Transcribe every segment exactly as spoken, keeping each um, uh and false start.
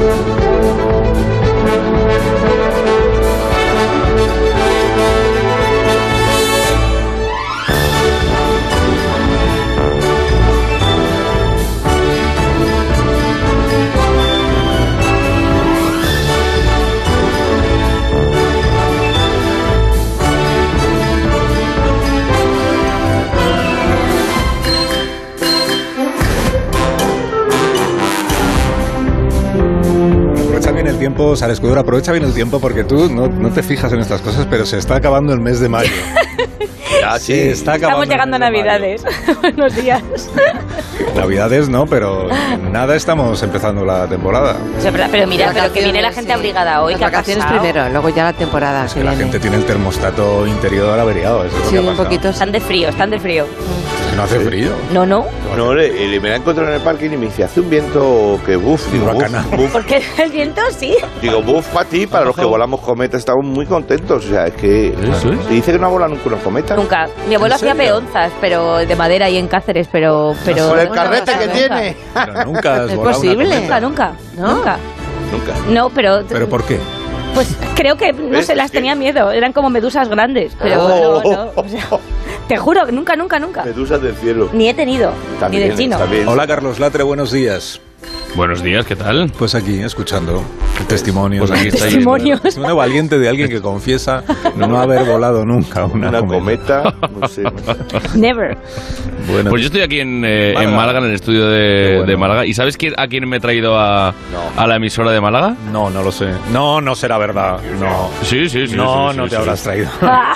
Tiempo, Sara Escudero, aprovecha bien el tiempo porque tú no, no te fijas en estas cosas, pero se está acabando el mes de mayo. Ya, sí. Se está acabando. Estamos llegando a Navidades. Buenos días. Navidades no, pero nada, estamos empezando la temporada. O sea, pero, pero mira, pero que viene la gente sí. abrigada hoy. Las vacaciones primero, luego ya la temporada. Es que, que la viene. Gente tiene el termostato interior averiado. Eso es sí, lo que un poquito. Están de frío, están de frío. Es que no hace frío. No, no. No, le, le, me la he encontrado en el parque y me dice, hace un viento que buf, digo, buf, buf. Porque el viento sí. Digo, buf para ti, para los que volamos cometas, estamos muy contentos. O sea, es que ¿Eso es? dice que no ha volado nunca unos cometas. Nunca. Mi abuelo hacía peonzas, pero de madera y en Cáceres, pero... pero Por el carrete que tiene. Pero nunca has es volado posible. una Nunca, nunca, ¿No? nunca. Nunca. No, pero... ¿Pero por qué? Pues creo que, no sé, las tenía miedo. Eran como medusas grandes, pero Oh. no, no. O sea, te juro, nunca, nunca, nunca. Medusas del cielo. Ni he tenido, También, ni de chino. también. Hola, Carlos Latre, buenos días. Buenos días, ¿qué tal? Pues aquí, escuchando el testimonio. Pues aquí está Testimonios. Es una valiente de alguien que confiesa no haber volado nunca una, Una cometa. cometa, no sé. Never. Bueno, Pues yo estoy aquí en, eh, Málaga. en Málaga, en el estudio de, Qué bueno. de Málaga. ¿Y sabes quién, a quién me he traído a, No. a la emisora de Málaga? no, no lo sé. No, no será verdad. No. Sí, sí, sí. No, sí, no sí, te sí. habrás traído.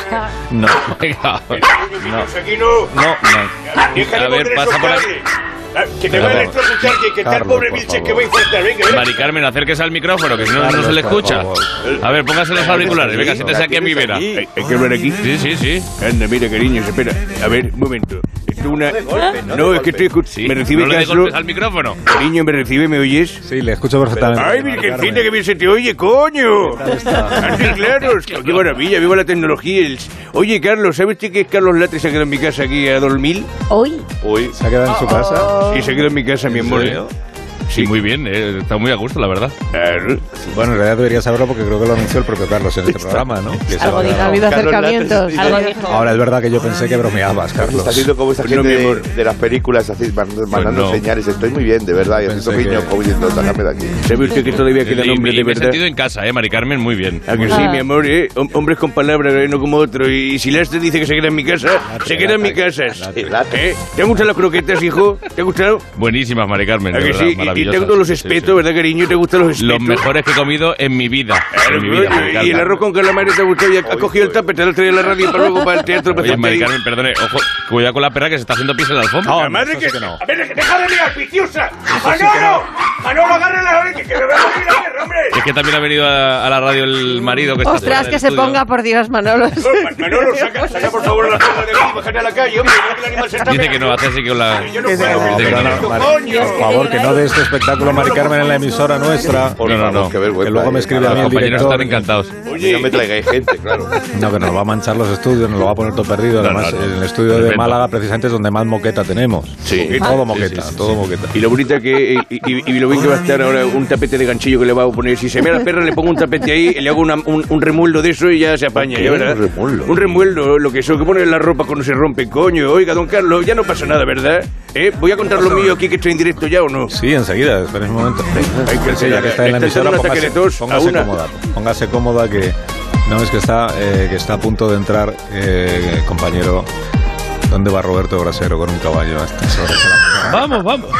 No. Venga. Aquí no. No, no. Déjale A ver, poner pasa esos por aquí. cables. Ah, que te va a Carlos. electrocutar, que, que está el Carlos, pobre por Vilche favor. que va a infartar. Venga, venga. Mari Carmen, acérquese al micrófono, que si no, no Carlos, se le por escucha. favor. A ver, póngase los auriculares. Venga, siéntese aquí en mi vera. Hay, hay que hablar aquí. Sí, sí, sí. Anda, mira, cariño, espera. A ver, un momento. Esto es una... no No, de es que estoy escuchando. Sí. ¿Me recibe no le dé Castro? golpes al micrófono. Cariño, ¿me recibe? ¿Me oyes? Sí, le escucho perfectamente. ¡Ay, mira qué fina que bien se te oye, coño! ¡Así, claro! ¡Qué maravilla! ¡Viva la tecnología! El- Oye, Carlos, ¿sabe usted que Carlos Latre se ha quedado en mi casa aquí a dormir? Hoy. Uy, ¿Se ha quedado en su casa? Sí, se ha quedado en mi casa, mi amor. serio? Sí, muy bien. eh, está muy a gusto, la verdad. Claro. Bueno, en realidad debería saberlo porque creo que lo anunció el propio Carlos en este programa, ¿no? Que se Algo va a dijo. quedar- Ha habido Carlos acercamientos. Latre, Algo dijo. Ahora es verdad que yo pensé que bromeabas, Carlos. está haciendo como esa Pues no, gente mi de, amor. de las películas, así, mandando, mandando no. señales. Estoy muy bien, de verdad. Y Pensé estos niños que- como diciendo, sácame de aquí. ¿Sabe usted que todavía queda Y- nombre y de me he verdad? sentido en casa, ¿eh, Mari Carmen? Muy bien. ¿A que sí, mi amor, eh? Hom- Hombres con palabras, eh, no como otro. Y si Lastre dice que se queda en mi casa, se queda en mi casa. Latre. ¿Eh? ¿Te han gustado las croquetas, hijo? ¿Te ha gustado? Buenísimas, Mari Carmen. ¿A de que verdad, sí? Y- Y te maravillosas. gustan los Sí, sí, espetos, sí. ¿verdad, cariño? ¿Te gustan los espetos? Los mejores que he comido en mi vida. Claro, En mi vida, Mari y Carmen. el arroz con calamares te ha gustado y ha ha cogido el tupper, te lo ha traído a la radio para luego para el teatro. para Oye, hacerte Mari ahí. Carmen, perdone. Ojo, cuidado con la perra que se está haciendo pis en la alfombra. La madre eso que... sí que no. A ver, deja de mirar, piciosa. ¡Manolo! ¡Manolo, agarra la oreja, que me va a morir la perra, hombre! Es que también ha venido a, a la radio el marido que está fuera Ostras, del que se estudio. ponga, por Dios, Manolo. Oh, Manolo, saca, saca por favor la perra de aquí, bájate a la calle, hombre, no que el animal se está Dice que no, hace así con la... Yo no No, puedo, pero que no, esto, Mari- coño. por favor, que no dé este espectáculo Mari Carmen en la emisora nuestra. Por No, no, favor, no. qué vergüenza. Que luego me eh. escribe a mí Los el compañeros director. están encantados. Oye, no me traigáis gente, claro. No, que nos va a manchar los estudios, nos lo va a poner todo perdido. No, Además, no, no. en el estudio de Perfecto. Málaga precisamente es donde más moqueta tenemos. Sí. Todo Sí, moqueta, sí, sí, todo sí. moqueta. Y lo bonita que... Y, y- y lo bien que va a estar ahora un tapete de ganchillo que le va a poner. Si se ve a la perra, le pongo un tapete ahí, le hago una- un, un remueldo de eso y ya se apaña. ¿Qué? ¿Ya verás? ¿Un remueldo? Un remueldo, lo que eso que pone en la ropa cuando se rompe, coño. Oiga, don Carlos, ya no pasa nada, ¿verdad? ¿Eh? Voy a contar lo mío aquí que estoy en directo ya, ¿o no? Sí, enseguida, espera un momento. Hay que Sí, ya que está en la está emisora, un ataque póngase, de tos a póngase una. cómoda. Póngase cómoda que no es que está, eh, que está a punto de entrar, eh, compañero. ¿Dónde va Roberto Brasero con un caballo a estas horas de la mañana? Vamos, vamos.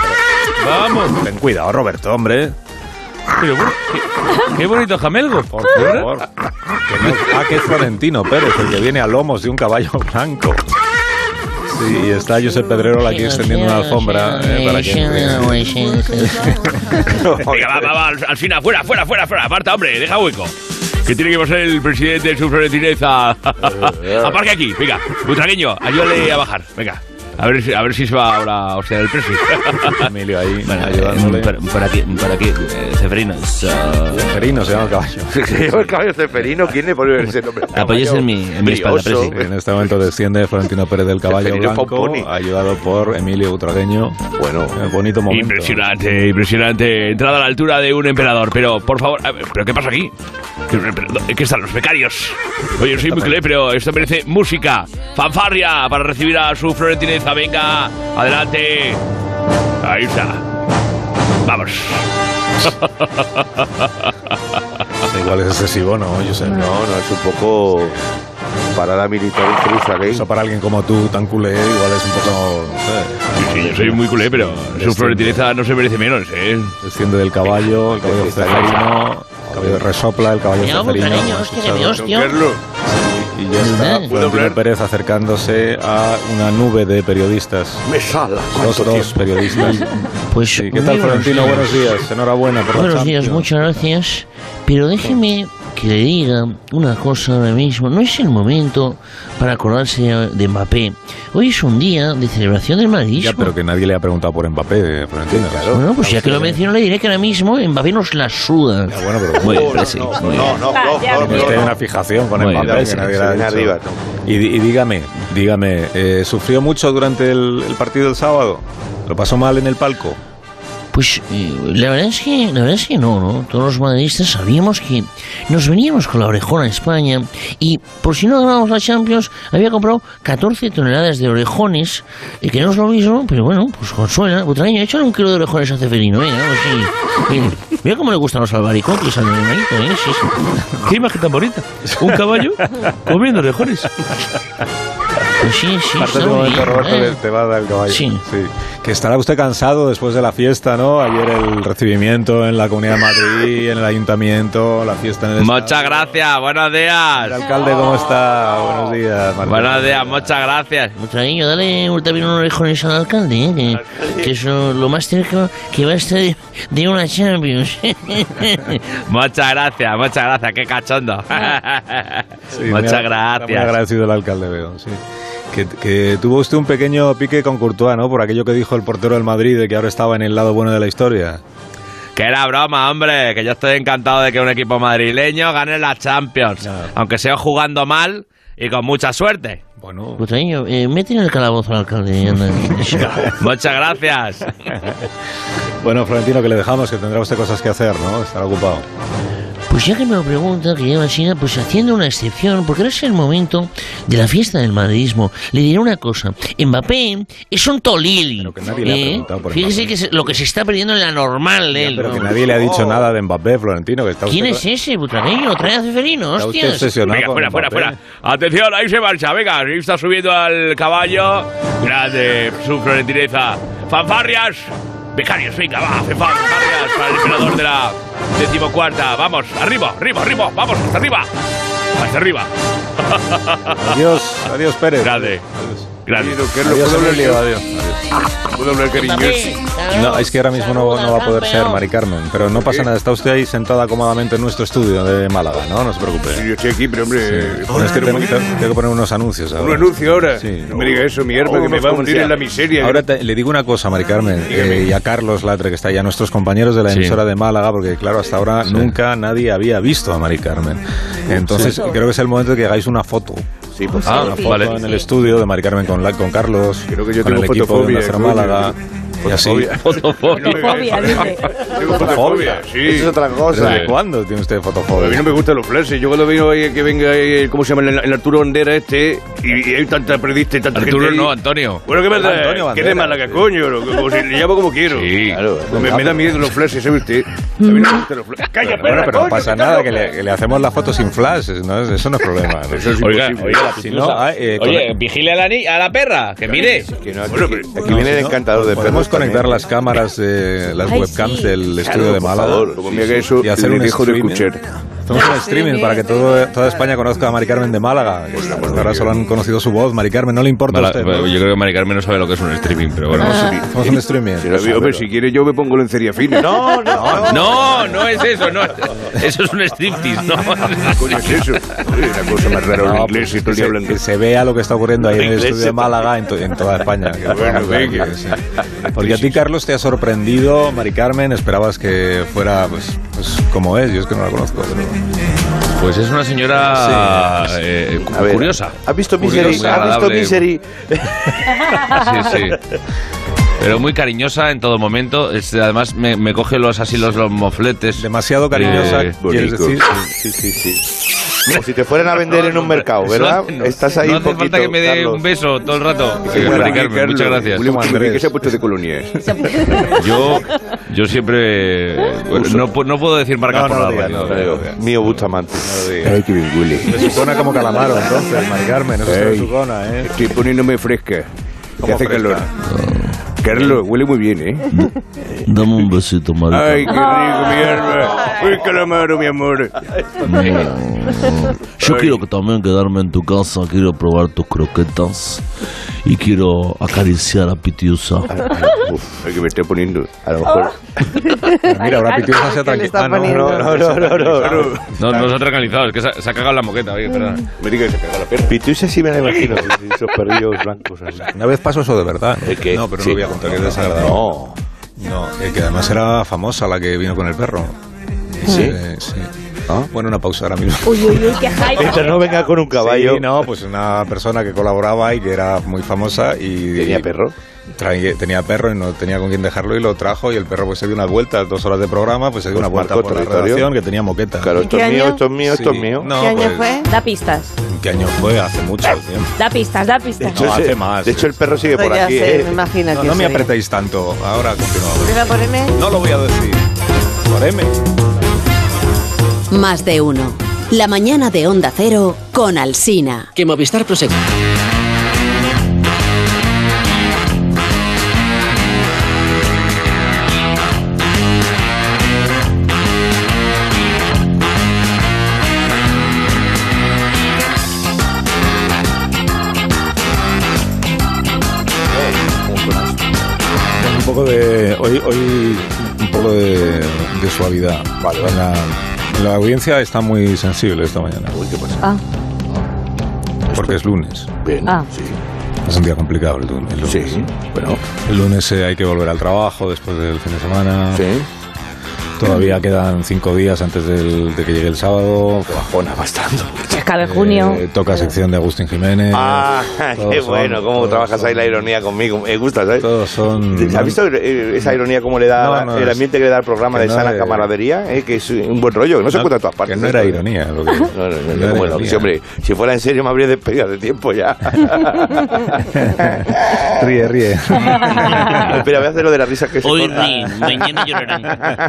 Vamos. Ten cuidado, Roberto, hombre. Pero bueno, qué, qué bonito jamelgo. Por favor. Que no, ah, que es Florentino Pérez, el que viene a lomos de un caballo blanco. Sí, y está Josep Pedrero aquí extendiendo una alfombra eh, para que Venga, va, va, va, al, al final, fuera, fuera, fuera, fuera. Aparta, hombre, deja hueco. Que tiene que pasar el presidente de su florentineza. Aparque aquí, venga. Butragueño, ayúdale a bajar, venga. A ver, si- a ver si se va ahora hostia del precio. Emilio ahí Bueno, ayudándole. eh, para, para aquí, para aquí, eh, Ceferinos. Uh, Ceferino se llama el caballo. Se llama el caballo ceferino. ¿Quién le pone ese nombre? apoyes en mi, en mi espalda, Brioso. Presi. En este momento desciende Florentino Pérez del caballo Ceferino blanco, Pomponi. ayudado por Emilio Utragueño. Bueno, Eh, bonito momento. Impresionante, impresionante. Entrada a la altura de un emperador. Pero, por favor, a ver, ¿pero qué pasa aquí? ¿Qué, qué están los becarios? Oye, soy muy culé, pero esto merece música. Fanfarria para recibir a su florentineza. Venga, adelante. Ahí está. Vamos. Igual es excesivo, ¿no? Yo sé. no, no, es un poco parada militar en Jerusalén. Eso para alguien como tú, tan culé, igual es un poco... No sé. Sí, sí, yo soy muy culé, pero su florentineza no se merece menos, ¿eh? Desciende del caballo, el caballo ceferino, el caballo resopla, el caballo Mira, ceferino. cariño, ¿has hostia, que escuchado? me hostia. Carlos, Y ya está ¿Puedo Florentino hablar? Pérez acercándose a una nube de periodistas. Me sala. Dos, ¿Cuánto dos tiempo? periodistas. Pues, Sí, ¿qué muy tal, buenos Florentino? días. Buenos días. Enhorabuena por la Buenos días, Champions. muchas gracias. Pero déjeme que le diga una cosa ahora mismo. No es el momento para acordarse de Mbappé. Hoy es un día de celebración del madridismo. Ya, pero que nadie le ha preguntado por Mbappé, Florentino. Claro. Bueno, pues ya que lo menciono, le diré que ahora mismo Mbappé nos la suda. Ya, bueno, pero Muy bien, No, Presi. no, Muy bien. no, no, no, Ya, no, Tiene usted no, una no. fijación con Muy Mbappé bien, que sí, nadie se le ha viene dicho. arriba, Y, di- y dígame, dígame, eh, ¿sufrió mucho durante el, el partido del sábado? ¿Lo pasó mal en el palco? Pues eh, la verdad es que la verdad es que no, ¿no? Todos los madridistas sabíamos que nos veníamos con la orejona a España y por si no ganábamos la Champions había comprado catorce toneladas de orejones, y que no es lo mismo, pero bueno, pues consuela. Butragueño, échale un kilo de orejones a Ceferino, venga, pues sí. Mira, mira cómo le gustan los albaricoques al animalito, ¿eh? Sí, sí. Qué imagen tan bonita. Un caballo comiendo orejones. Pues sí, sí, Hasta está este muy momento, bien, Roberto, ¿eh? le- te va a dar el caballo. Sí. Que estará usted cansado después de la fiesta, ¿no? Ayer el recibimiento en la Comunidad de Madrid, en el Ayuntamiento, la fiesta en el Muchas estadio. gracias, buenos El días. alcalde, ¿cómo está? Buenos días, Martín. Buenos días, muchas gracias. Butragueño, dale un- también unos orejones al alcalde, ¿eh? Que, que eso lo más cerca que va a estar de, de una Champions. Muchas gracias, muchas gracias, qué cachondo. Sí, muy muchas a- Muy gracias. agradecido el alcalde, veo, sí. Que, que tuvo usted un pequeño pique con Courtois, ¿no? Por aquello que dijo el portero del Madrid de que ahora estaba en el lado bueno de la historia. Que era broma, hombre, que yo estoy encantado de que un equipo madrileño gane la Champions, Ya. aunque sea jugando mal y con mucha suerte. Bueno, Butragueño, eh, mete en el calabozo al alcalde. Anda. Muchas gracias. bueno, Florentino, que le dejamos, que tendrá usted cosas que hacer, ¿no? Estará ocupado. Pues ya que me lo pregunta, que lleva China, pues haciendo una excepción, porque ahora es el momento de la fiesta del madridismo. Le diré una cosa, Mbappé es un tolili. Pero que nadie le ha preguntado por Fíjese Mbappé. que es lo que se está perdiendo en la normal de él. Pero ¿no? que nadie le ha dicho nada de Mbappé, Florentino, que está usted... ¿Quién es ese, Butragueño? Trae a Ceferino, Está usted hostias. obsesionado Venga, con fuera, fuera, Mbappé. fuera. Atención, ahí se marcha. Venga, ahí está subiendo al caballo. Grande, su florentineza. Fanfarrias. Becarios, venga, va, fanfarrias para el emperador de la decimocuarta. Vamos, arriba, arriba, arriba. Vamos, hasta arriba. Hasta arriba. Adiós, adiós, Pérez. Grande, grande. Querido Carlos, Adiós, ¿puedo hablar Emilio, yo? adiós. adiós. ¿Puedo hablar, cariños? No, es que ahora mismo no, no va a poder ser, Mari Carmen. Pero no pasa nada, está usted ahí sentada cómodamente en nuestro estudio de Málaga, ¿no? No se preocupe. Sí, yo estoy aquí, pero hombre... Bueno, es que tengo, tengo que poner unos anuncios ahora. Un anuncio ahora. Sí. No me diga eso, mi hermano, que me va a hundir en la miseria. Ahora te- le digo una cosa, Mari Carmen, eh, y a Carlos Latre, que está ahí, a nuestros compañeros de la Sí. emisora de Málaga, porque claro, hasta ahora nunca nadie había visto a Mari Carmen. Entonces, creo que es el momento de que hagáis una foto. Sí, pues Ah, Una foto vale. en el estudio de Mari Carmen con, la, con Carlos, Creo que yo con tengo el equipo de fotofobia, Onda Cero coño. Málaga. Y así. Fotofobia. Fobia, dice. Tengo fotofobia, sí. Eso es otra cosa. ¿Desde cuándo tiene usted A mí fotofobia? no me gustan los flashes. Yo cuando veo ahí que venga ahí, ¿cómo se llama? El, el Arturo Bandera este, y, y hay tanta periodista y tanta Arturo gente ahí. no, Antonio. Bueno, ¿qué me Antonio da? ¿Qué Banderas, de Málaga, sí. coño? Lo- Como si le llamo como quiero. Sí. Claro. Me, me da miedo los flashes, ¿sabe usted? A mí no me gustan los flashes. ¡Calla, Bueno, perra, pero no coño, pasa que nada, estás que le, loca! que le hacemos la foto sin flash, ¿no? Eso no es problema. ¿no? Eso es Oiga, imposible. oiga, Si no, ah, eh, Oye, con- vigile a la, ni- a la perra, que mire. Que no, aquí, Bueno, pero- aquí viene el ¿no? encantador de Podemos perros conectar también. las cámaras de las Ay, webcams sí. del Claro, estudio de por Málaga favor. Como me haga eso, y hacer le un dejo de streaming. escuchar. Hacemos un streaming para que todo, toda España conozca a Mari Carmen de Málaga. Que ahora solo han conocido su voz. Mari Carmen, no le importa Mala, a usted, ¿no? Yo creo que Mari Carmen no sabe lo que es un streaming, pero bueno. Ah, sí, hacemos un streaming. Si, no, hombre, si quiere yo me pongo lencería fina. No, no, No, no es eso, no. Eso es un striptease, ¿no? ¿Qué es eso? Una cosa más rara en No, inglés pues, y todo el día que, hablando. que se vea lo que está ocurriendo ahí en el Inglés, estudio de Málaga, en, to, en toda España. Que Bueno, venga. que, sí. Porque a ti, Carlos, te ha sorprendido Mari Carmen. Esperabas que fuera pues, pues como es. Yo es que no la conozco. Pero... Pues es una señora Sí. eh, A ver, curiosa. ¿Has visto Curiosa, Misery? muy ¿Has visto agradable. Misery? Sí, sí. Pero muy cariñosa en todo momento. Es, además, me, me coge los así los, los mofletes. Demasiado cariñosa, Eh, ¿quieres bonito. decir? Sí, sí, sí. Como si te fueran a vender en un mercado, ¿verdad? No, no, Estás ahí no un hace poquito, falta que me dé Carlos. un beso todo el rato. Sí, Sí, bueno, Mari Carmen, Carlos, muchas gracias. William, Como ¿qué Andrés. se ha puesto de colonias? Yo, yo siempre... bueno, no, pu- no puedo decir marcas No, por no la lo digas, radio. no lo digas. Mío Bustamante. Ay, qué bien huele. Besucona como calamaro, entonces, Mari Carmen. Eso es Ey. besucona, ¿eh? Estoy poniéndome fresca. Que ¿Cómo hace fresca? calor. Carlos, huele muy bien, ¿eh? Dame un besito, Mari Ay, Carmen. qué rico, mi alma. Uy, calamaro, mi amor. Yo Ay. quiero que también quedarme en tu casa, quiero probar tus croquetas y quiero acariciar a Pitiusa. Uf, ay, que me estoy poniendo. A lo mejor. Mira, ahora Pitiusa se ha ¿Qué le está tranquilizado. poniendo? No, no, no, no. no. No, no se ha tranquilizado, es que se, ha- se ha cagado en la moqueta. Oye, perdona. Me diga que se caga la perra. Pituisa sí me la imagino. Esos perrillos blancos así. Una vez pasó eso de verdad. ¿El qué? No, pero Sí. no lo voy a contar, que es desagradable. No. No, eh, que además era famosa la que vino con el perro. ¿Sí? Eh, sí. ¿Ah? Bueno, una pausa ahora mismo. Uy, uy, uy, qué hype. Mientras no venga con un caballo. Sí, no, pues una persona que colaboraba y que era muy famosa y... ¿Tenía perro? Traía- tenía perro y no tenía con quién dejarlo y lo trajo y el perro pues se dio unas vueltas, dos horas de programa, pues se dio Pues una vuelta marcó por la territorio. redacción que tenía moqueta. Claro, esto ¿Qué es mío, año? esto es mío, esto Sí. es mío. No, ¿Qué año pues, fue? Da pistas. ¿Qué año fue? Hace mucho tiempo. Da pistas, da pistas. No, hace más. De hecho, el perro sigue por ya aquí, sé, ¿eh? me imagino No, que no me sería. apretéis tanto. Ahora continuamos. ¿Empieza por M? No lo voy a decir. Por M. Más de uno. La mañana de Onda Cero con Alsina. Que Movistar Prosegur. Un poco de hoy, hoy un poco de, de suavidad. Vale, En la, en la audiencia está muy sensible esta mañana. Uy, ¿qué pasa? Ah, Porque es lunes. Bien, Ah. sí. Es un día complicado el lunes. El lunes, Sí, bueno, El lunes eh, hay que volver al trabajo después del fin de semana. sí. Todavía quedan cinco días antes del- de que llegue el sábado. Bajona bastante. se acaba el junio. Eh, toca sección de Agustín Jiménez. Ah, Todos qué son- bueno, cómo todos trabajas son- ahí la ironía conmigo. Me gusta, ¿sabes? Todos son... ¿Has visto eh, esa ironía cómo le da No, no, el es- ambiente que le da el programa que de no sana es- camaradería? Eh, que es un buen rollo, que no se cuenta en todas partes. Que no era esto. ironía. Lo que, No, no, no, no no, era bueno, ironía. sí, hombre, si fuera en serio me habría despedido de tiempo ya. Ríe, ríe. Espera, voy a hacer lo de la risa que se Hoy corta. ríen, mañana llorarán.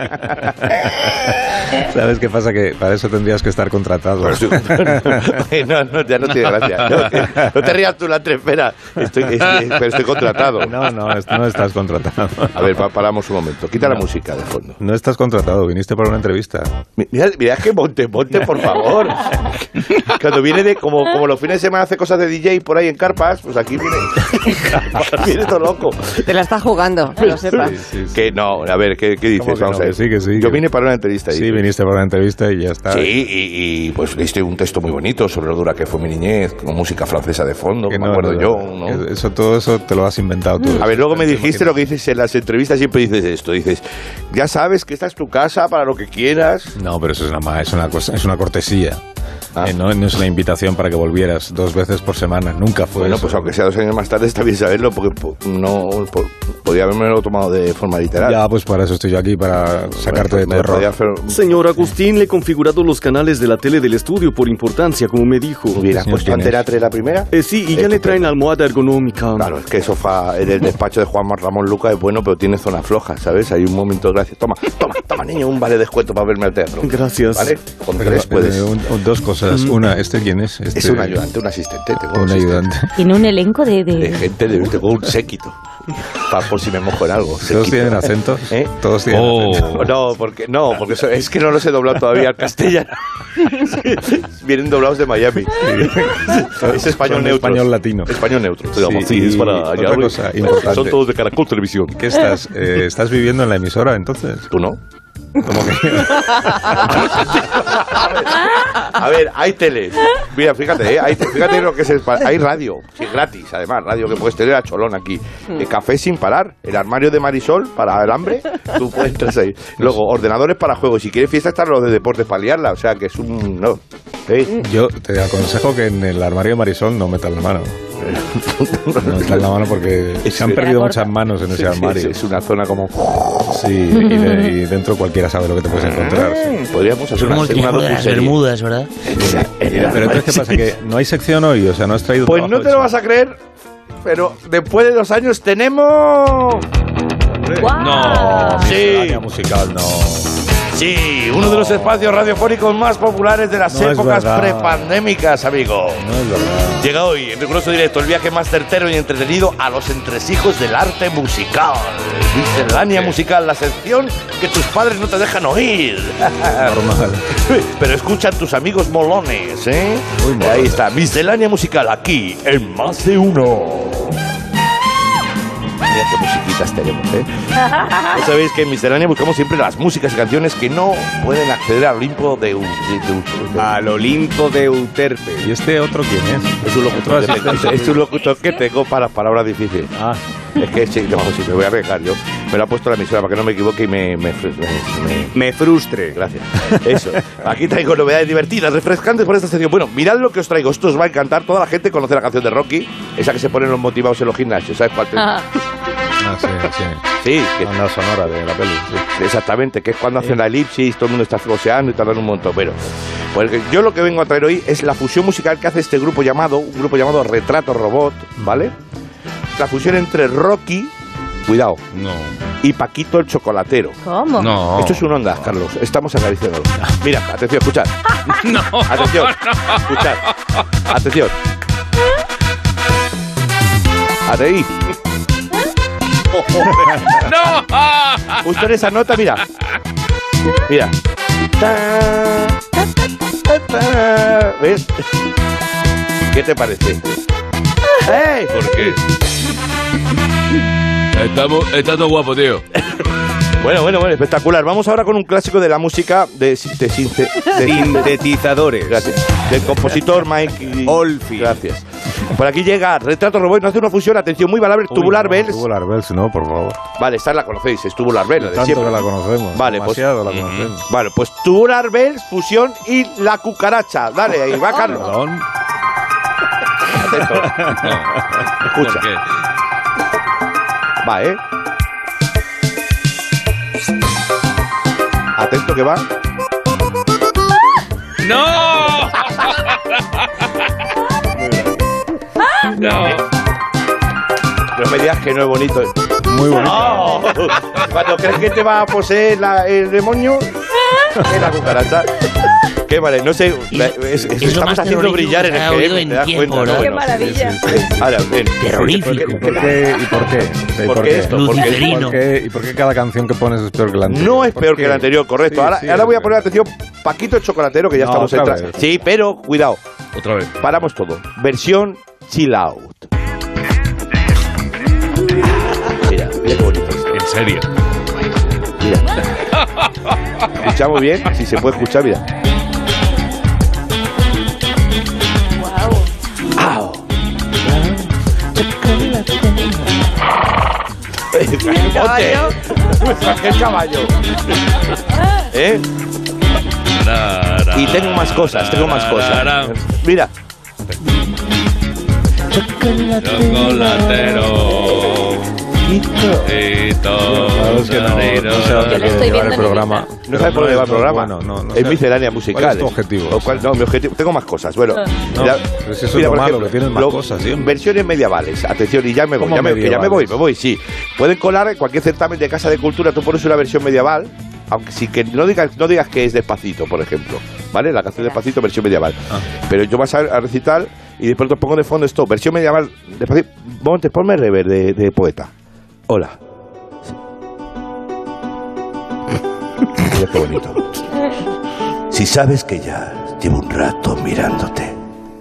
¿Sabes qué pasa? Que para eso tendrías que estar contratado. Pero estoy- no, no, ya no tiene gracia. No, te- no te rías tú, la espera. Estoy, estoy- pero estoy contratado. No, no, es- no estás contratado. A ver, pa- paramos un momento. Quita la música de fondo. No estás contratado, viniste para una entrevista. Mi- Mira, mira que monte, monte, por favor. Cuando viene de, como, como los fines de semana hace cosas de D J por ahí en carpas, pues aquí viene, viene todo loco. Te la estás jugando, que lo sepas. Sí, sí, sí. Que no, a ver, ¿qué, qué dices? ¿Cómo que Vamos no? a ver. Que sí, que sí, Yo que- vine para una entrevista. Sí, dices. viniste para una entrevista y ya está. Sí, y, y, pues leíste un texto muy bonito sobre lo dura que fue mi niñez, con música francesa de fondo, Que me no, acuerdo no, yo, no, ¿no? que Eso, todo eso te lo has inventado tú. A ver, luego me Te dijiste imaginas. lo que dices en las entrevistas, siempre dices esto, dices, ya sabes que esta es tu casa para lo que quieras. No, pero eso es una, ma- es una, cosa, es una cortesía. Ah. Eh, no, no es una invitación para que volvieras dos veces por semana. Nunca fue Bueno, eso. pues aunque sea dos años más tarde está bien saberlo, porque po- no po- podía haberme lo tomado de forma literal. Ya, pues para eso estoy yo aquí, para sacarte de tu Me error. podía hacer- Señor Agustín, le he configurado los canales de la tele del estudio por importancia, como me dijo. ¿Hubieras Señor, puesto ¿quién es? Antena tres la primera? Eh, sí, y ya le traen almohada ergonómica. Claro, es que el sofá en el despacho de Juan Ramón Luca es bueno, pero tiene zona floja, ¿sabes? Hay un momento de gracia. Toma, toma, toma, niño, un vale descuento para verme al teatro. Gracias. ¿Vale? Con Pero, tres puedes. eh, un- un- dos cosas. Una, ¿este quién es? Este, Es un ayudante, un asistente. Tengo Un asistente. ayudante. Tiene un elenco de... de- De gente, de, tengo un séquito. Para por si me mojo en algo. ¿Todos séquito. tienen acentos? ¿Eh? Todos tienen Oh. acentos. No, No, porque, no, porque eso- es que no los he doblado todavía al castellano. Vienen doblados de Miami. Es español Son neutro. español latino. Español neutro. Sí, Sí, y es para otra allá, güey. cosa importante. Son todos de Caracol Televisión. ¿Qué estás? Eh, ¿Estás viviendo en la emisora entonces? ¿Tú no? ¿Cómo que? A ver, hay teles. Mira, fíjate, ¿eh? hay, fíjate lo que es el, pa- hay radio, sí, gratis, además, radio que puedes tener a cholón aquí. Eh, café sin parar, el armario de Marisol para el hambre, tú puedes entrar ahí. Luego, ordenadores para juegos, si quieres fiesta están los de deportes para liarla, o sea que es un... No. ¿Sí? Yo te aconsejo que en el armario de Marisol no metas la mano. No metas la mano porque se han perdido muchas manos en ese armario. Es, es una zona como... Sí, y, de- y dentro cualquiera sabe lo que te puedes encontrar. sí. Podríamos hacer Como una, el una triunfo de las docuserie. Bermudas, ¿verdad? Pero entonces, ¿qué pasa? ¿Que no hay sección hoy? O sea, ¿no has traído Pues trabajo no te lo vas a creer, pero después de dos años tenemos... ¡Guau! No. Sí. Miscelánea musical, no. Sí, uno de los espacios radiofónicos más populares de las No es épocas verdad. prepandémicas, amigo. No es verdad. Llega hoy, en riguroso directo, el viaje más certero y entretenido a los entresijos del arte musical. Miscelánea musical, la sección que tus padres no te dejan oír. Normal. Pero escuchan tus amigos molones, ¿eh? Muy molones. Ahí está, Miscelánea musical, aquí, en Más de Uno. Mira qué musiquitas tenemos, ¿eh? Ya sabéis que en Miscelánea buscamos siempre las músicas y canciones que no pueden acceder al Olimpo de... Eu- de- de- de- Al Olimpo de Euterpe. ¿Y este otro quién es? Es un locutor, Otro de- asistente. es un locutor que tengo para palabras difíciles. Ah, Es que sí, no, sí, me voy a arriesgar yo. Me lo ha puesto la emisora para que no me equivoque y me... me, me- me- Me frustre. Gracias. Eso. Aquí traigo novedades divertidas, refrescantes por esta sección. Bueno, mirad lo que os traigo. Esto os va a encantar. Toda la gente conoce la canción de Rocky, esa que se ponen los motivados en los gimnasios. ¿Sabes cuál? Ah, ah, sí, sí. Sí, que- La banda sonora de la peli. Sí. exactamente, que es cuando hacen la elipsis, todo el mundo está floseando y tardan un montón. Pero pues, yo lo que vengo a traer hoy es la fusión musical que hace este grupo llamado, un grupo llamado Retrato Robot, ¿vale? La fusión entre Rocky, cuidado, No. y Paquito el Chocolatero. ¿Cómo? No. Esto es un onda, Carlos. Estamos acariciándolo. Mira, atención, escuchad. No. Atención, escuchad. Atención. Hasta ahí. No. Justo en esa nota, mira. Mira. ¿Ves? ¿Qué te parece? ¡Ey! ¿Por qué? Está, mu- está todo guapo, tío. Bueno, bueno, bueno, espectacular. Vamos ahora con un clásico de la música de, si- de, sinte- de Sintetizadores. Gracias. Del compositor Mike Oldfield. Gracias. Por aquí llega Retrato Robot, nos hace una fusión, atención, muy valable, Tubular Uy, no, Bells. Tubular Bells, no, por favor. Vale, esta la conocéis, es Tubular Bells, la de Tanto siempre. que la conocemos. Vale, pues- demasiado la conocemos. Vale, pues Tubular Bells, fusión y la cucaracha. Dale, ahí va, Carlos. Perdón. Atento. No. Escucha. ¿Por qué? Va, ¿eh? Atento que va. ¡No! No. No me digas que no es bonito. Muy bonito. ¡Oh! Cuando crees que te va a poseer la- el demonio, es la cucaracha. Qué vale, no sé, la- es- es- es lo estamos más haciendo terrorífico brillar en que el se ha G oído M, en te das tiempo, cuenta, ¿verdad? ¿no? ¡Qué maravilla! Ahora, ven. Terrorífico. ¿Y por qué? ¿Y por qué? Sí, ¿Por qué esto? ¿Por qué? Luciferino. ¿Por qué? ¿Y por qué cada canción que pones es peor que la anterior? No es ¿Por peor qué? que el anterior, correcto. Sí, ahora, sí, ahora voy a es poner atención, Paquito el Chocolatero, que ya No, estamos otra entrando. vez. Sí, pero cuidado, Otra vez. paramos todo. Versión chill out. Mira, mira qué bonito es. En serio. Mira. ¿Escuchamos bien? Si se puede escuchar, mira. ¡Au! caballo. ¡Ponte! ¡El caballo! ¿Eh? Y tengo más cosas, tengo más cosas. Mira. Chocolatero. Claro, es que no, no sé a Yo dónde lo quiere estoy llevar viendo el en programa. No sabes por dónde va el programa. Bueno, no, no es sé. miscelánea musical. ¿Cuál es tu objetivo? O cual- no, mi objetivo. Tengo más cosas. Bueno, No, mira, pero si eso es mira, lo por malo, ejemplo, que tienes más lo- cosas siempre. Versiones medievales. Atención, y ya me voy. ¿Cómo Ya me, que ya me voy, medievales? me voy, sí. Pueden colar en cualquier certamen de casa de cultura. Tú pones una versión medieval. Aunque sí que no digas, no digas que es Despacito, por ejemplo. ¿Vale? La canción Despacito, versión medieval. Ah. Pero yo vas a, a recitar y después te pongo de fondo esto. Versión medieval. Despacito. Montes, ponme rever de, de poeta. Hola. Mira qué bonito. Si sabes que ya llevo un rato mirándote,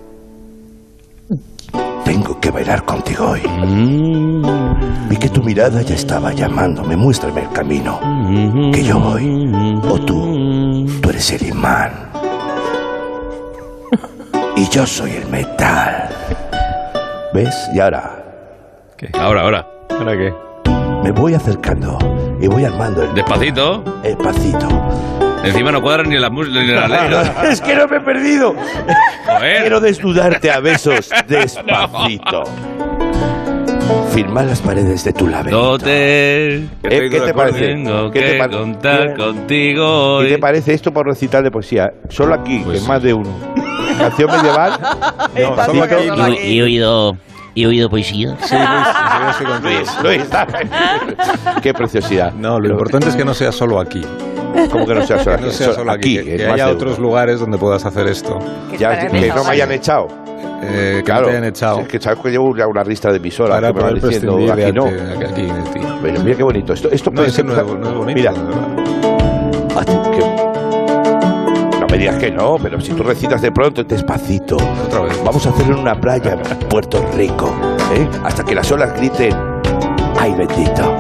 tengo que bailar contigo hoy. Vi que tu mirada ya estaba llamándome. Muéstrame el camino, que yo voy. O tú, tú eres el imán. Y yo soy el metal. ¿Ves? Y ahora... ¿Qué? Ahora, ahora. ¿Ahora qué? Me voy acercando y voy armando el... Despacito. El pasito. Encima no cuadran ni las músicas ni las letras. Es que no me he perdido. Joder. Quiero desnudarte a besos despacito. Firmar las paredes de tu laberinto. Dote. ¿Eh? ¿Qué te parece? Tengo ¿Qué te que parece? contar Bien. contigo hoy. ¿Qué te parece esto por recital de poesía? Solo aquí, Pues en más de uno. Canción medieval. No, solo aquí. He, he oído, he oído poesía. Sí, Luis, yo estoy contigo. Luis, Luis, dame. Qué preciosidad. No, lo importante es que no sea solo aquí. ¿Cómo que no sea solo Que aquí? no sea solo aquí, que, en que más haya de otros uno. lugares donde puedas hacer esto. Ya, que no me hayan echado. Eh, que Claro. no te hayan echado. Es que sabes que llevo una, una lista de emisoras Para que me van poder diciendo prescindir de aquí no. arte, aquí de ti. Pero mira qué bonito. Esto, esto No, puede es que ser... no es, no es bonito. Mira. de verdad. Ah, que- No me digas que no, pero si tú recitas de pronto, despacito. Otra vez. Vamos a hacerlo en una playa en Puerto Rico, ¿eh? Hasta que las olas griten, ¡ay, bendito!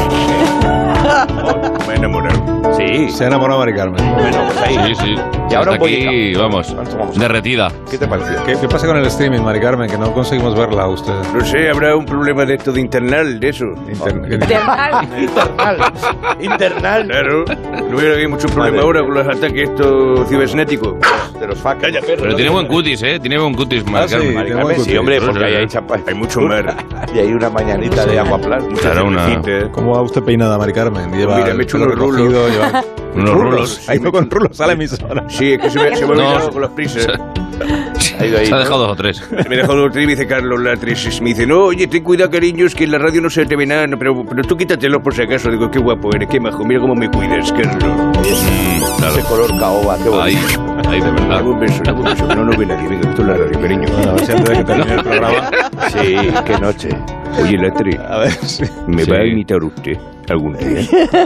Me he enamorado. Sí. Se ha enamorado Mari Carmen. Bueno, pues ahí. Sí, sí. Y ahora Hasta un aquí, bonito. vamos, ¿Cuánto vamos a- derretida. ¿Qué te pareció? ¿Qué, qué pasa con el streaming, Mari Carmen? Que no conseguimos verla a usted. No sé, habrá un problema de esto de internal, de eso. Inter- Internal. Internal. Claro. No veo que hay mucho problema ahora con los ataques estos cibernéticos. De los fuckers. Pero tiene buen cutis, ¿eh? Tiene buen cutis, Ah, Mari sí, Carmen. tiene Carmen, buen sí, cutis. hombre, porque Sí, ahí sí. hay champán. Hay mucho mar. Y hay una mañanita de agua plana. Claro, una- cervecita. ¿Cómo va usted peinada, Mari Carmen? Lleva Mira, me he el hecho pelo unos rulos. recogido, lleva- Unos rulos. Ha ido con rulos a la emisora. Sí, es que se me, se me ha No. olvidado con las prisas. Ha ido ahí, Se ha ¿no? dejado dos o tres. Me dejó dos tres y me dice Carlos Latres. Me dice, no, oye, ten cuidado, cariños, que en la radio no se te ve nada. No, pero, pero tú quítatelo por si acaso. Digo, qué guapo eres, qué majo. Mira cómo me cuidas, Carlos. Mm, claro. Ese color caoba, qué bonito. Ahí, ahí de verdad. Dame un beso, dame un beso. No, no ve nadie. Venga, esto es la radio, cariño. Bueno, a ver si antes de que termine el programa. Sí, qué noche. Oye, Latre, A ver si. ¿me Sí. va a imitar usted algún día?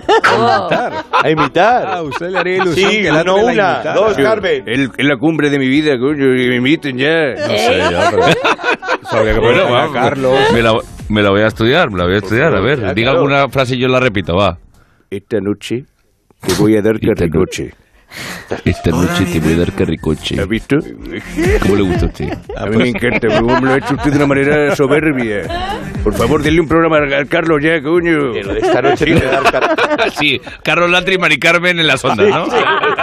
A imitar. Ah, usted le haría ilusión Sí, que la no la una, imitara. dos, Carmen. Es es la cumbre de mi vida, coño, y me inviten ya. No sé, ya, pero. Eso habría que Bueno, ponerle a vamos. Carlos. Me la, me la voy a estudiar, me la voy a estudiar. A ver, ya, diga claro. alguna frase y yo la repito, va. Esta noche te voy a dar Esta carricoche. Esta noche te voy a dar carricoche. ¿Has visto? ¿Cómo le gusta a usted? A mí me encanta, pero me lo ha hecho usted de una manera soberbia. Por favor, denle un programa al Carlos ya, coño. Que lo de esta noche te voy a dar car- Sí, Carlos Latre y Mari Carmen en las ondas, ¿no?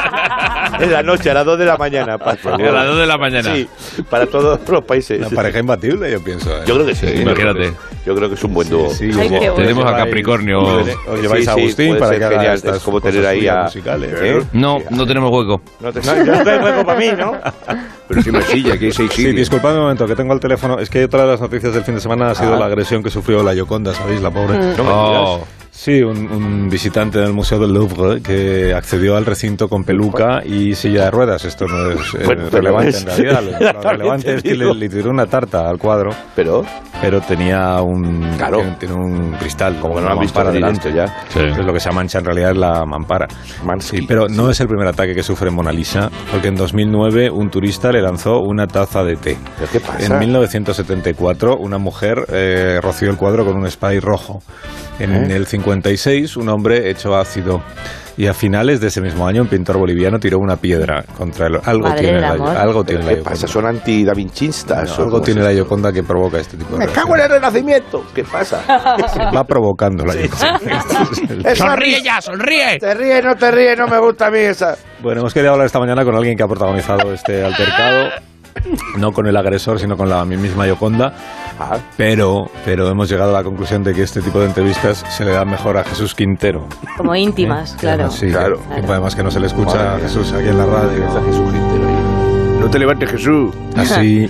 En la noche, a las dos de la mañana, por favor. A las dos de la mañana. Sí, para todos los países. Una pareja imbatible, yo pienso. ¿eh? Yo creo que sí. Sí, imagínate. Yo creo que es un buen dúo. Sí, Ay, como- qué bueno. Tenemos a lleváis- Capricornio. Os lleváis Sí, a sí, Agustín puede para ser que haga genial. estas Es como cosas tener ahí suyas a- musicales. ¿Eh? No, no tenemos hueco. No te no, no te juego para mí, ¿no? Pero si me silla, que hay seis Sí, sillas. disculpadme un momento, que tengo el teléfono. Es que otra de las noticias del fin de semana ha sido Ah. la agresión que sufrió la Gioconda, ¿sabéis? La pobre. No me Oh, digas. Sí, un, un visitante del Museo del Louvre que accedió al recinto con peluca y silla de ruedas. Esto no es eh, Bueno, pero relevante es- en realidad. Lo, Era lo tan relevante es que le, entendido. le tiró una tarta al cuadro, Pero, pero tenía un, Claro. tiene, tiene un cristal, como que no una lo han visto mampara venir delante. esto ya. sí. Entonces lo que se mancha en realidad es la mampara. Mansky. Sí, pero no es el primer ataque que sufre Mona Lisa, porque en dos mil nueve un turista le lanzó una taza de té. ¿Pero qué pasa? En mil novecientos setenta y cuatro una mujer eh, roció el cuadro con un spray rojo. En ¿Eh? el cincuenta y seis un hombre echó ácido. Y a finales de ese mismo año un pintor boliviano tiró una piedra contra el... Algo Madre tiene del la, amor. algo ¿Pero tiene la qué Gioconda. pasa? ¿Son anti-davinchistas? No, o algo cómo tiene es la esto? Gioconda que provoca este tipo de ¡Me cago en el Renacimiento! ¿Qué pasa? reacciones. Va provocando la Gioconda. ¡Sonríe ya, sonríe! ¿Te ríes, no te ríes? No me gusta a mí esa. Bueno, hemos querido hablar esta mañana con alguien que ha protagonizado este altercado, no con el agresor, sino con la misma Gioconda, Ah, pero, pero hemos llegado a la conclusión de que este tipo de entrevistas se le da mejor a Jesús Quintero. Como íntimas, Que claro. además, sí, Claro. que- que además que no se le escucha Madre a mía. Jesús aquí en la está radio. Jesús Quintero ahí. No te levantes, Jesús. Así,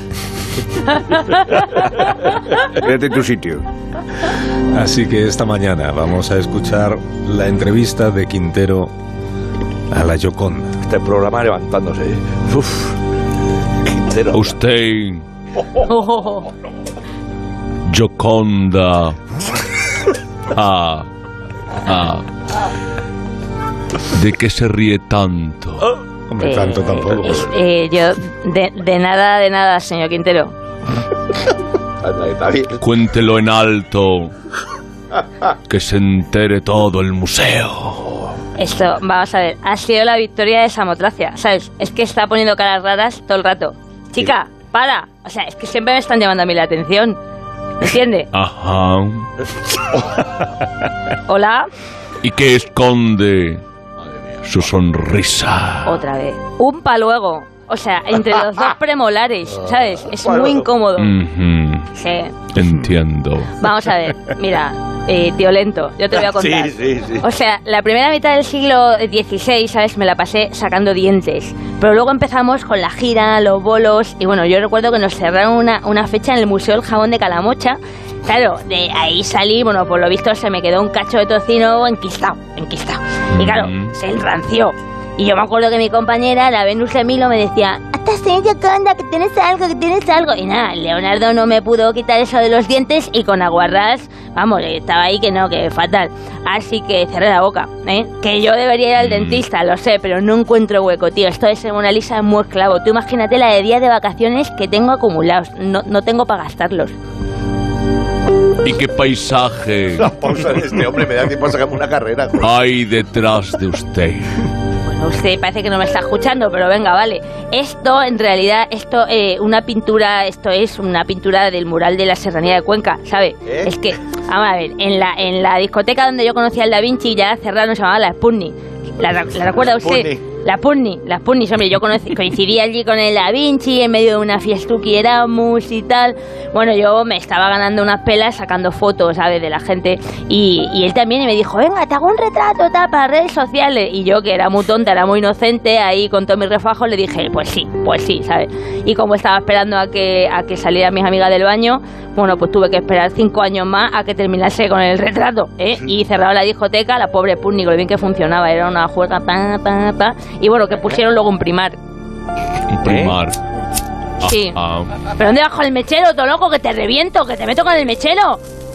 Quédate en tu sitio. así que esta mañana vamos a escuchar la entrevista de Quintero a la Gioconda. Este programa levantándose. ¿eh? Uf. Quintero. Usted, Gioconda. Ah, ah. ¿De qué se ríe tanto? Hombre, tanto tampoco. Eh, eh, yo, de, de nada, de nada, señor Quintero. Está bien. Cuéntelo en alto. Que se entere todo el museo. Esto, vamos a ver, ha sido la victoria de Samotracia, ¿sabes? Es que está poniendo caras raras todo el rato. Chica, para. O sea, es que siempre me están llamando a mí la atención. ¿Entiende? Ajá. Hola. ¿Y qué esconde su sonrisa? Otra vez. Un paluego. O sea, entre los dos premolares, ¿sabes? Es muy incómodo. Ujú. Sí. Entiendo. Vamos a ver, mira, eh, tío lento, yo te voy a contar. Sí, sí, sí. O sea, la primera mitad del siglo dieciséis, ¿sabes? Me la pasé sacando dientes. Pero luego empezamos con la gira, los bolos. Y bueno, yo recuerdo que nos cerraron una, una fecha en el Museo del Jabón de Calamocha. Claro, de ahí salí, bueno, por lo visto se me quedó un cacho de tocino enquistado, enquistado. Y claro, se enranció. Y yo me acuerdo que mi compañera, la Venus de Milo, me decía: hasta señor Conda, que tienes algo, que tienes algo. Y nada, Leonardo no me pudo quitar eso de los dientes y con aguarrás, vamos, estaba ahí que no, que fatal. Así que cerré la boca, ¿eh? Que yo debería ir al dentista, lo sé, pero no encuentro hueco, tío. Esto de ser Mona Lisa es muy esclavo. Tú imagínate la de días de vacaciones que tengo acumulados. No, no tengo para gastarlos. ¿Y qué paisaje La pausa de este hombre me da tiempo a sacarme una carrera. hay detrás de usted? Usted parece que no me está escuchando, pero venga, vale. Esto, en realidad, esto, eh, una pintura, esto es una pintura del mural de la Serranía de Cuenca, ¿sabe? ¿Eh? Es que, vamos a ver, en la, en la discoteca donde yo conocía al Da Vinci ya cerraron, se llamaba la Sputnik. ¿La, la recuerda usted? Sputnik. La Sputnik, la Sputnik, hombre, yo conocí, coincidí allí con el Da Vinci en medio de una fiestuki Erasmus y tal. Bueno, yo me estaba ganando unas pelas sacando fotos, ¿sabes?, de la gente. Y, y él también, y me dijo: venga, te hago un retrato, tal, para redes sociales. Y yo, que era muy tonta, era muy inocente, ahí con todos mis refajos, le dije: pues sí, pues sí, ¿sabes? Y como estaba esperando a que, a que salieran mis amigas del baño, bueno, pues tuve que esperar cinco años más a que terminase con el retrato, ¿eh? Y cerraba la discoteca, la pobre Sputnik, lo bien que funcionaba, era una juega, pa, pa, pa. Y bueno, que pusieron luego un primar. Un primar. Sí. Ah, ¿Pero dónde vas con el mechero, todo loco? Que te reviento, que te meto con el mechero.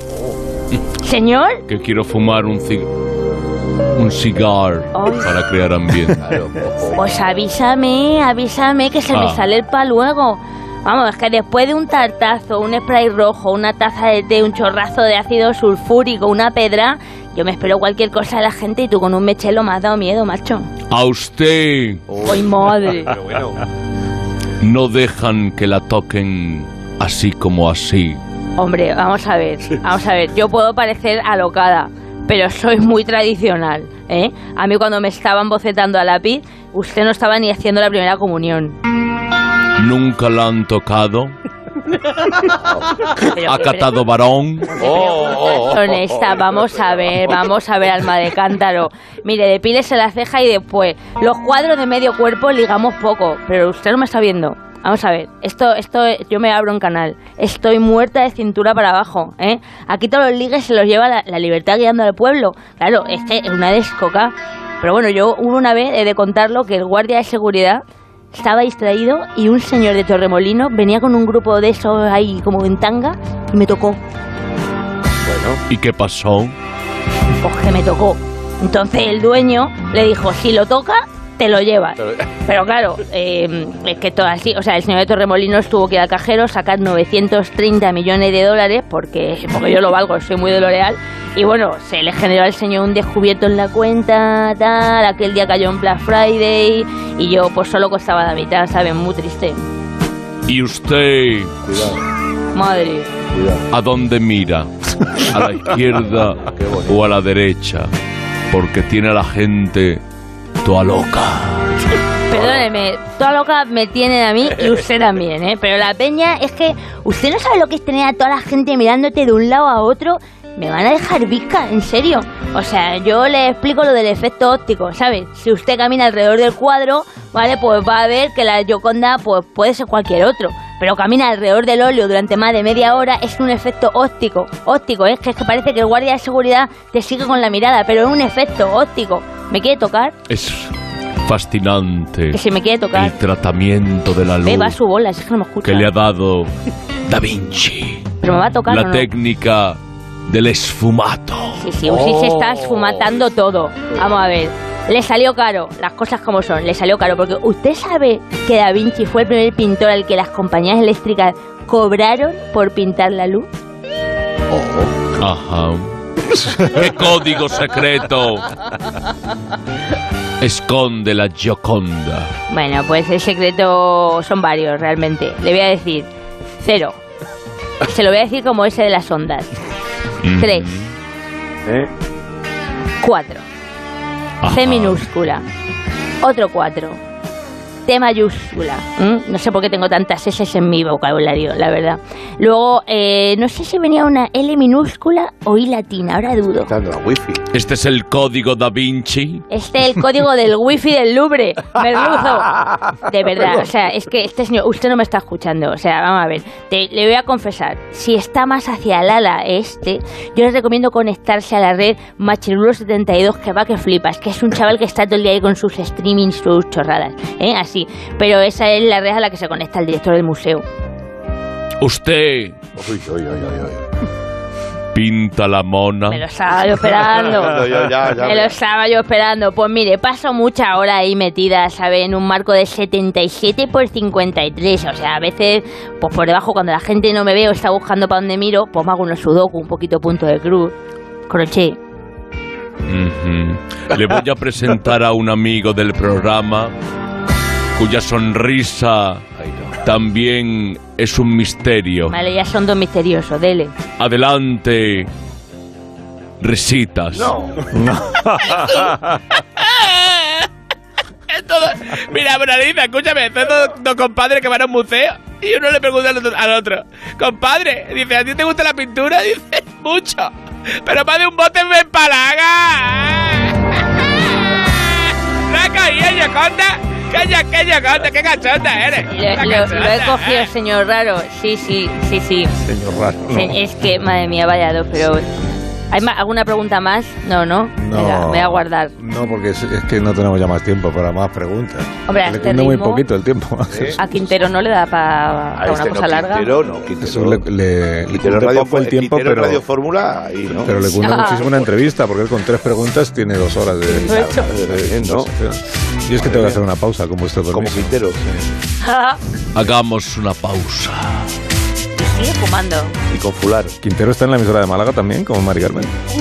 Señor. que quiero fumar un cig un cigar Ay. para crear ambiente. Pues avísame, avísame que se me Ah. sale el paluego. Vamos, es que después de un tartazo, un spray rojo, una taza de té, un chorrazo de ácido sulfúrico, una pedra, yo me espero cualquier cosa de la gente y tú con un mechero me has dado miedo, macho. A usted ¡Ay, madre! Pero bueno. no dejan que la toquen así como así. Hombre, vamos a ver, vamos a ver, yo puedo parecer alocada, pero soy muy tradicional, ¿eh? A mí cuando me estaban bocetando a lápiz, usted no estaba ni haciendo la primera comunión. Nunca la han tocado. Pero Ha qué catado varón. Oh, oh, oh, honesta, oh, vamos a ver, vamos a ver, alma de cántaro. Mire, depílese la ceja y después, los cuadros de medio cuerpo ligamos poco, pero usted no me está viendo. Vamos a ver, esto, esto, yo me abro un canal. Estoy muerta de cintura para abajo, ¿eh? Aquí todos los ligues se los lleva la, la libertad guiando al pueblo. Claro, es que es una descoca. Pero bueno, yo hubo una vez, he de contarlo, que el guardia de seguridad estaba distraído y un señor de Torremolinos venía con un grupo de esos ahí como en tanga y me tocó. Bueno. ¿Y qué pasó? Pues que me tocó. Entonces el dueño le dijo: si lo toca, te lo llevas. Pero claro, eh, es que todo así, o sea, el señor de Torremolinos tuvo que ir al cajero, sacar novecientos treinta millones de dólares, porque, porque yo lo valgo, soy muy de L'Oreal, y bueno, se le generó al señor un descubierto en la cuenta, tal, aquel día cayó en Black Friday, y yo pues solo costaba la mitad, ¿saben? Muy triste. ¿Y usted Madre. a dónde mira? ¿A la izquierda o a la derecha? Porque tiene a la gente toda loca. Perdóneme, toda loca me tienen a mí y usted también, ¿eh? Pero la peña es que usted no sabe lo que es tener a toda la gente mirándote de un lado a otro. Me van a dejar visca, en serio. O sea, yo le explico lo del efecto óptico, ¿sabes? Si usted camina alrededor del cuadro, ¿vale? Pues va a ver que la Gioconda pues puede ser cualquier otro. Pero camina alrededor del óleo durante más de media hora, es un efecto óptico. Óptico, ¿eh? Que es que parece que el guardia de seguridad te sigue con la mirada, pero es un efecto óptico. ¿Me quiere tocar? Es fascinante Que si me quiere tocar. el tratamiento de la luz Beba su bola, es que no me escucha. que le ha dado Da Vinci. Pero me va a tocar, La ¿o no? técnica del esfumato. Sí, sí, sí, se está esfumatando todo. Vamos a ver. Le salió caro, las cosas como son, le salió caro, porque usted sabe que Da Vinci fue el primer pintor al que las compañías eléctricas cobraron por pintar la luz. Ajá. ¿Qué código secreto esconde la Gioconda? Bueno, pues el secreto son varios realmente. Le voy a decir cero. Se lo voy a decir como ese de las ondas. Tres. ¿Eh? Cuatro. Ajá. C minúscula. Otro cuatro. T mayúscula. ¿Mm? No sé por qué tengo tantas S en mi vocabulario, la verdad. Luego, eh, no sé si venía una L minúscula o I latina, ahora dudo. Dando la wifi. ¿Este es el código Da Vinci? Este es el código del wifi del Louvre, merluzo. De verdad, o sea, es que este señor, usted no me está escuchando. O sea, vamos a ver, te, le voy a confesar, si está más hacia el ala este, yo les recomiendo conectarse a la red Machirulo setenta y dos, que va que flipas, que es un chaval que está todo el día ahí con sus streamings, sus chorradas, ¿eh? Así. Pero esa es la red a la que se conecta el director del museo. Usted Uy, uy, uy, uy, uy. pinta la mona. Me lo estaba yo esperando. No, yo ya, ya me me- lo estaba yo esperando. Pues mire, paso mucha hora ahí metida, ¿sabe? En un marco de setenta y siete por cincuenta y tres. O sea, a veces, pues por debajo, cuando la gente no me ve o está buscando para dónde miro, pues me hago unos sudoku, un poquito punto de cruz, crochet. Ujú. Le voy a presentar a un amigo del programa cuya sonrisa también es un misterio. Vale, ya son dos misteriosos, dele. Adelante, risitas. No. Todo, mira, Bernardita, escúchame, son dos, dos compadres que van a un museo y uno le pregunta al otro, al otro, compadre, dice, ¿a ti te gusta la pintura? Dice, mucho, pero más de un bote me empalaga. ¿No has caído, Gioconda? ¿Qué, ya- qué Gioconda? ¿Qué cachonda eres? Lo, Una lo- cachonda, lo he cogido, ¿eh? señor raro. Sí, sí, sí, sí. Señor raro. Sí, es que, madre mía, vaya dos, pero... ¿Hay ma- alguna pregunta más? No, no. No. Venga, me voy a guardar. No, porque es, es que no tenemos ya más tiempo para más preguntas. Hombre, a le este cunde muy ritmo- poquito el tiempo. A Quintero no le da para A una este cosa no, larga. Quintero no, Eso Quintero. le, le, le Quintero cunde Radio, poco el tiempo, Quintero pero, Radio Fórmula ahí, ¿no? pero le cunde Ah. muchísimo una entrevista, porque él con tres preguntas tiene dos horas de... Eh, ¿no? Yo es que tengo que hacer una pausa con vuestro Como permiso. Quintero. Hagamos una pausa. Sigue fumando. Y con Fular. Quintero está en la emisora de Málaga también, como Mari Carmen.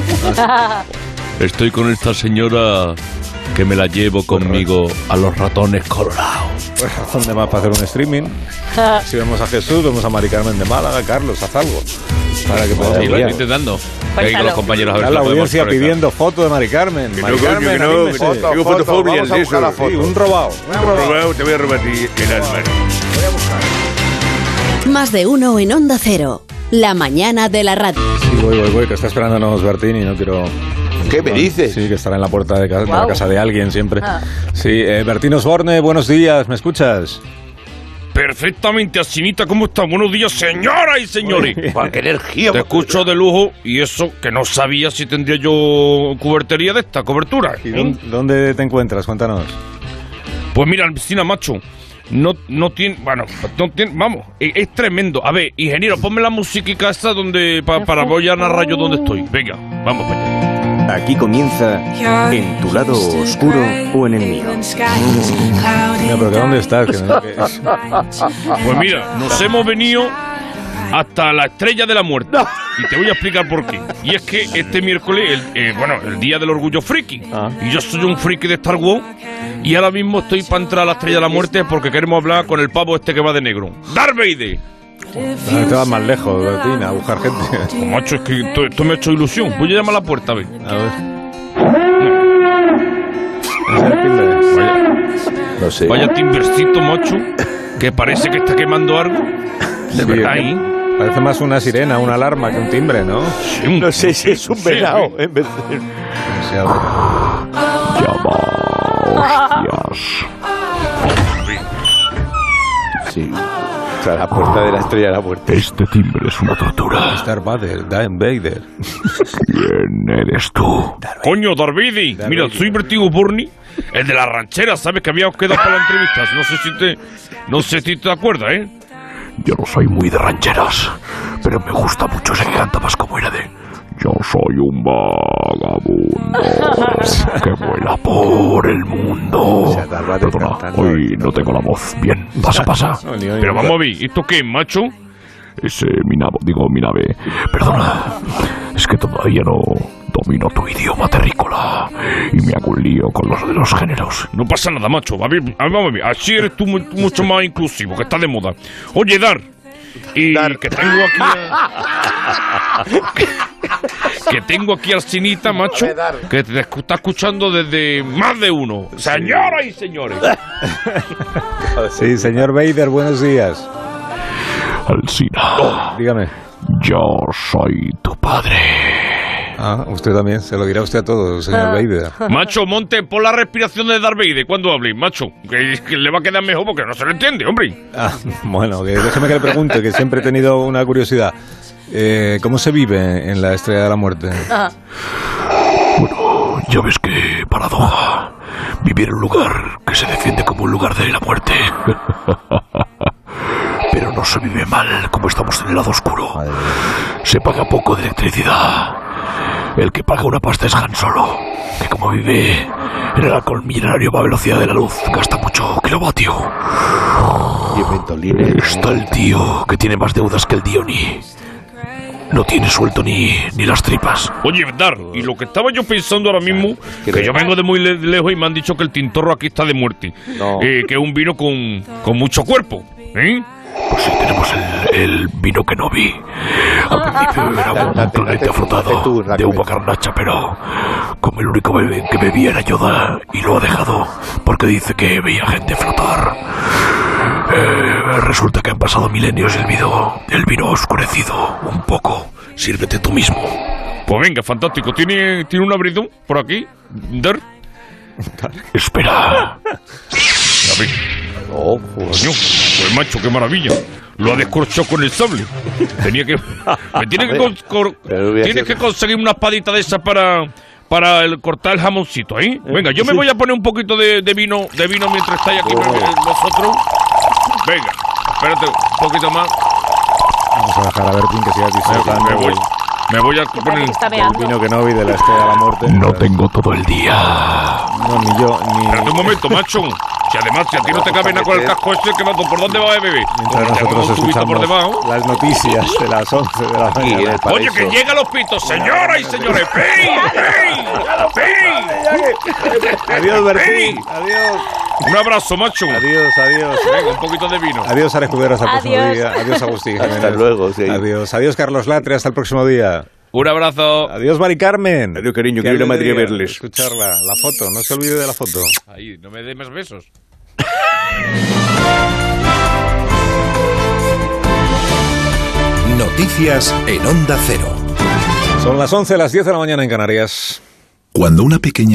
Estoy con esta señora que me la llevo conmigo a los ratones colorados. Pues razón de más para hacer un streaming. Si vemos a Jesús, vemos a Mari Carmen de Málaga. Carlos, haz algo. Para que podamos Sí, lo ver. estoy intentando. Pues Ahí con los claro. compañeros a ver Está si la lo podemos audiencia conectar. pidiendo foto de Mari Carmen. Que Mari no, coño, Carmen, que no, anímese. que Foto, Tengo foto, fotofobia vamos a de buscar eso. la foto. Sí, un robado. Te voy a robar- te voy a robar a ti el alma. Más de uno en Onda Cero. La mañana de la radio. Sí, voy, voy, voy, que está esperándonos Bertín y no quiero... ¿Qué me dices? Sí, que estará en la puerta de, ca- de la Guau. casa de alguien siempre. Ah. Sí, eh, Bertín Osborne, buenos días, ¿me escuchas? Perfectamente, Asinita, ¿cómo está? Buenos días, señoras y señores. Guau, qué energía. Te escucho de lujo y eso que no sabía si tendría yo cubertería de esta cobertura. ¿Y ¿eh? dónde, dónde te encuentras? Cuéntanos. Pues mira, Alcina, macho, no, no tiene, bueno, no tiene, vamos, es, es tremendo. A ver, ingeniero, ponme la musiquita esta donde, pa- para voy a narrar yo dónde estoy. Venga, vamos para allá. Aquí comienza En tu lado oscuro o en el mío. Mira, pero ¿que ¿dónde estás? Que no- que es- Pues mira, nos hemos venido hasta la Estrella de la Muerte. Y te voy a explicar por qué. Y es que este miércoles, el, eh, bueno, el Día del Orgullo Friki. Ah. Y yo soy un friki de Star Wars. Y ahora mismo estoy para entrar a la Estrella de la Muerte porque queremos hablar con el pavo este que va de negro. ¡Darth Vader! no, te vas más lejos, Bertín, a buscar gente. Pues, macho, es que esto, esto me ha hecho ilusión. Voy a llamar a la puerta, a ver. A ver. ¿Es el timbre? Vaya, No sé. vaya timbercito, macho, que parece que está quemando algo. De Sí, verdad, ¿eh? ahí. Parece más una sirena, una alarma que un timbre, ¿no? Sí, un- No sé si es un Sí, venado. sí. En vez de... Se abre. Sí. O sea, la puerta de la estrella de la muerte. Este timbre es una tortura. Star Vader, Darth Vader. ¿Quién eres tú? Coño, Darth Vader. Darth Mira, Vader. soy Vertigo Burni, el de las rancheras, ¿sabes? Que habíamos quedado para la entrevista. No sé si te, no sé si te acuerdas, ¿eh? Yo no soy muy de rancheras, pero me gusta mucho ese que canta más como era de... Yo soy un vagabundo que vuela por el mundo. Perdona, hoy no tengo la voz bien. Pasa, pasa. Pero vamos a ver, ¿esto qué, macho? Es eh, mi nave, digo mi nave. Perdona, es que todavía no domino tu idioma terrícola y me hago un lío con los de los géneros. No pasa nada, macho. A ver, vamos a ver, así eres tú mu- mucho más inclusivo, que está de moda. Oye, Dar, y Dar. que tengo aquí a... que tengo aquí a Arsinita, macho, que te está escuchando desde más de uno. Señoras y señores. Sí, señor Vader, buenos días. Alsina. Oh, dígame. Yo soy tu padre. Ah, usted también, se lo dirá usted a todos, señor Vader. Macho, monte por la respiración de Darth Vader cuando hable, macho. Que, que le va a quedar mejor porque no se le entiende, hombre. Ah, bueno, que déjeme que le pregunte, que siempre he tenido una curiosidad. Eh, ¿Cómo se vive en la Estrella de la Muerte? Ah. Bueno, ya ves qué paradoja. Vivir en un lugar que se defiende como un lugar de la muerte. Pero no se vive mal, como estamos en el lado oscuro. Se paga poco de electricidad. El que paga una pasta es Han Solo, que como vive en el alcohol milenario va a velocidad de la luz, gasta mucho kilovatio. Está el tío que tiene más deudas que el Dioni. No tiene suelto ni, ni las tripas. Oye, Dar, y lo que estaba yo pensando ahora mismo, que yo vengo de muy le- lejos y me han dicho que el tintorro aquí está de muerte. No. Eh, que es un vino con, con mucho cuerpo, ¿eh? Pues sí, tenemos el, el vino que no vi. Al principio era un planeta frotado de uva garnacha, pero como el único bebé que bebía era Yoda y lo ha dejado porque dice que veía gente flotar. Eh, resulta que han pasado milenios y el vino, el vino ha oscurecido un poco. Sírvete tú mismo. Pues venga, fantástico. ¿Tiene, ¿tiene un abridón por aquí, Dar? Espera. A ver. Oh, coño, pues macho, qué maravilla. Lo ha descorchado con el sable. Tenía que... Me tiene que, con- cor- tienes que conseguir una espadita de esas para... Para el, cortar el jamoncito, ¿eh? Venga, yo me voy a poner un poquito de, de vino de vino mientras estáis aquí vosotros. Venga, espérate un poquito más. Vamos a dejar a Bertín que siga disfrutando. Me voy, me voy a poner el vino que no vi de la Estrella de la Muerte. No tengo todo el día. No, ni yo, ni... Espérate un momento, macho. Si además, si a ti no te cabe nada con el casco este, ¿qué va? ¿Por dónde vas a beber? Mientras nosotros escuchamos por debajo. las noticias de las once de la mañana. Oye, que llegan los pitos, señoras y señores. ¡Ven! ¡Ven! ¡Ven! Adiós, Bertín. ¡Ven! Adiós. Un abrazo, macho. Adiós, adiós. Venga, un poquito de vino. Adiós, Alex Cubero, hasta el próximo Adiós. día. Adiós, Agustín. Hasta Jiménez. luego, sí. Adiós. Adiós, Carlos Latre, hasta el próximo día. Un abrazo. Adiós, Mari Carmen. Adiós, cariño, Qué que ir a Madrid a alegría verles. Escucharla, la foto, no se olvide de la foto. Ahí, no me dé más besos. Noticias en Onda Cero. Son las once, las diez de la mañana en Canarias. Cuando una pequeña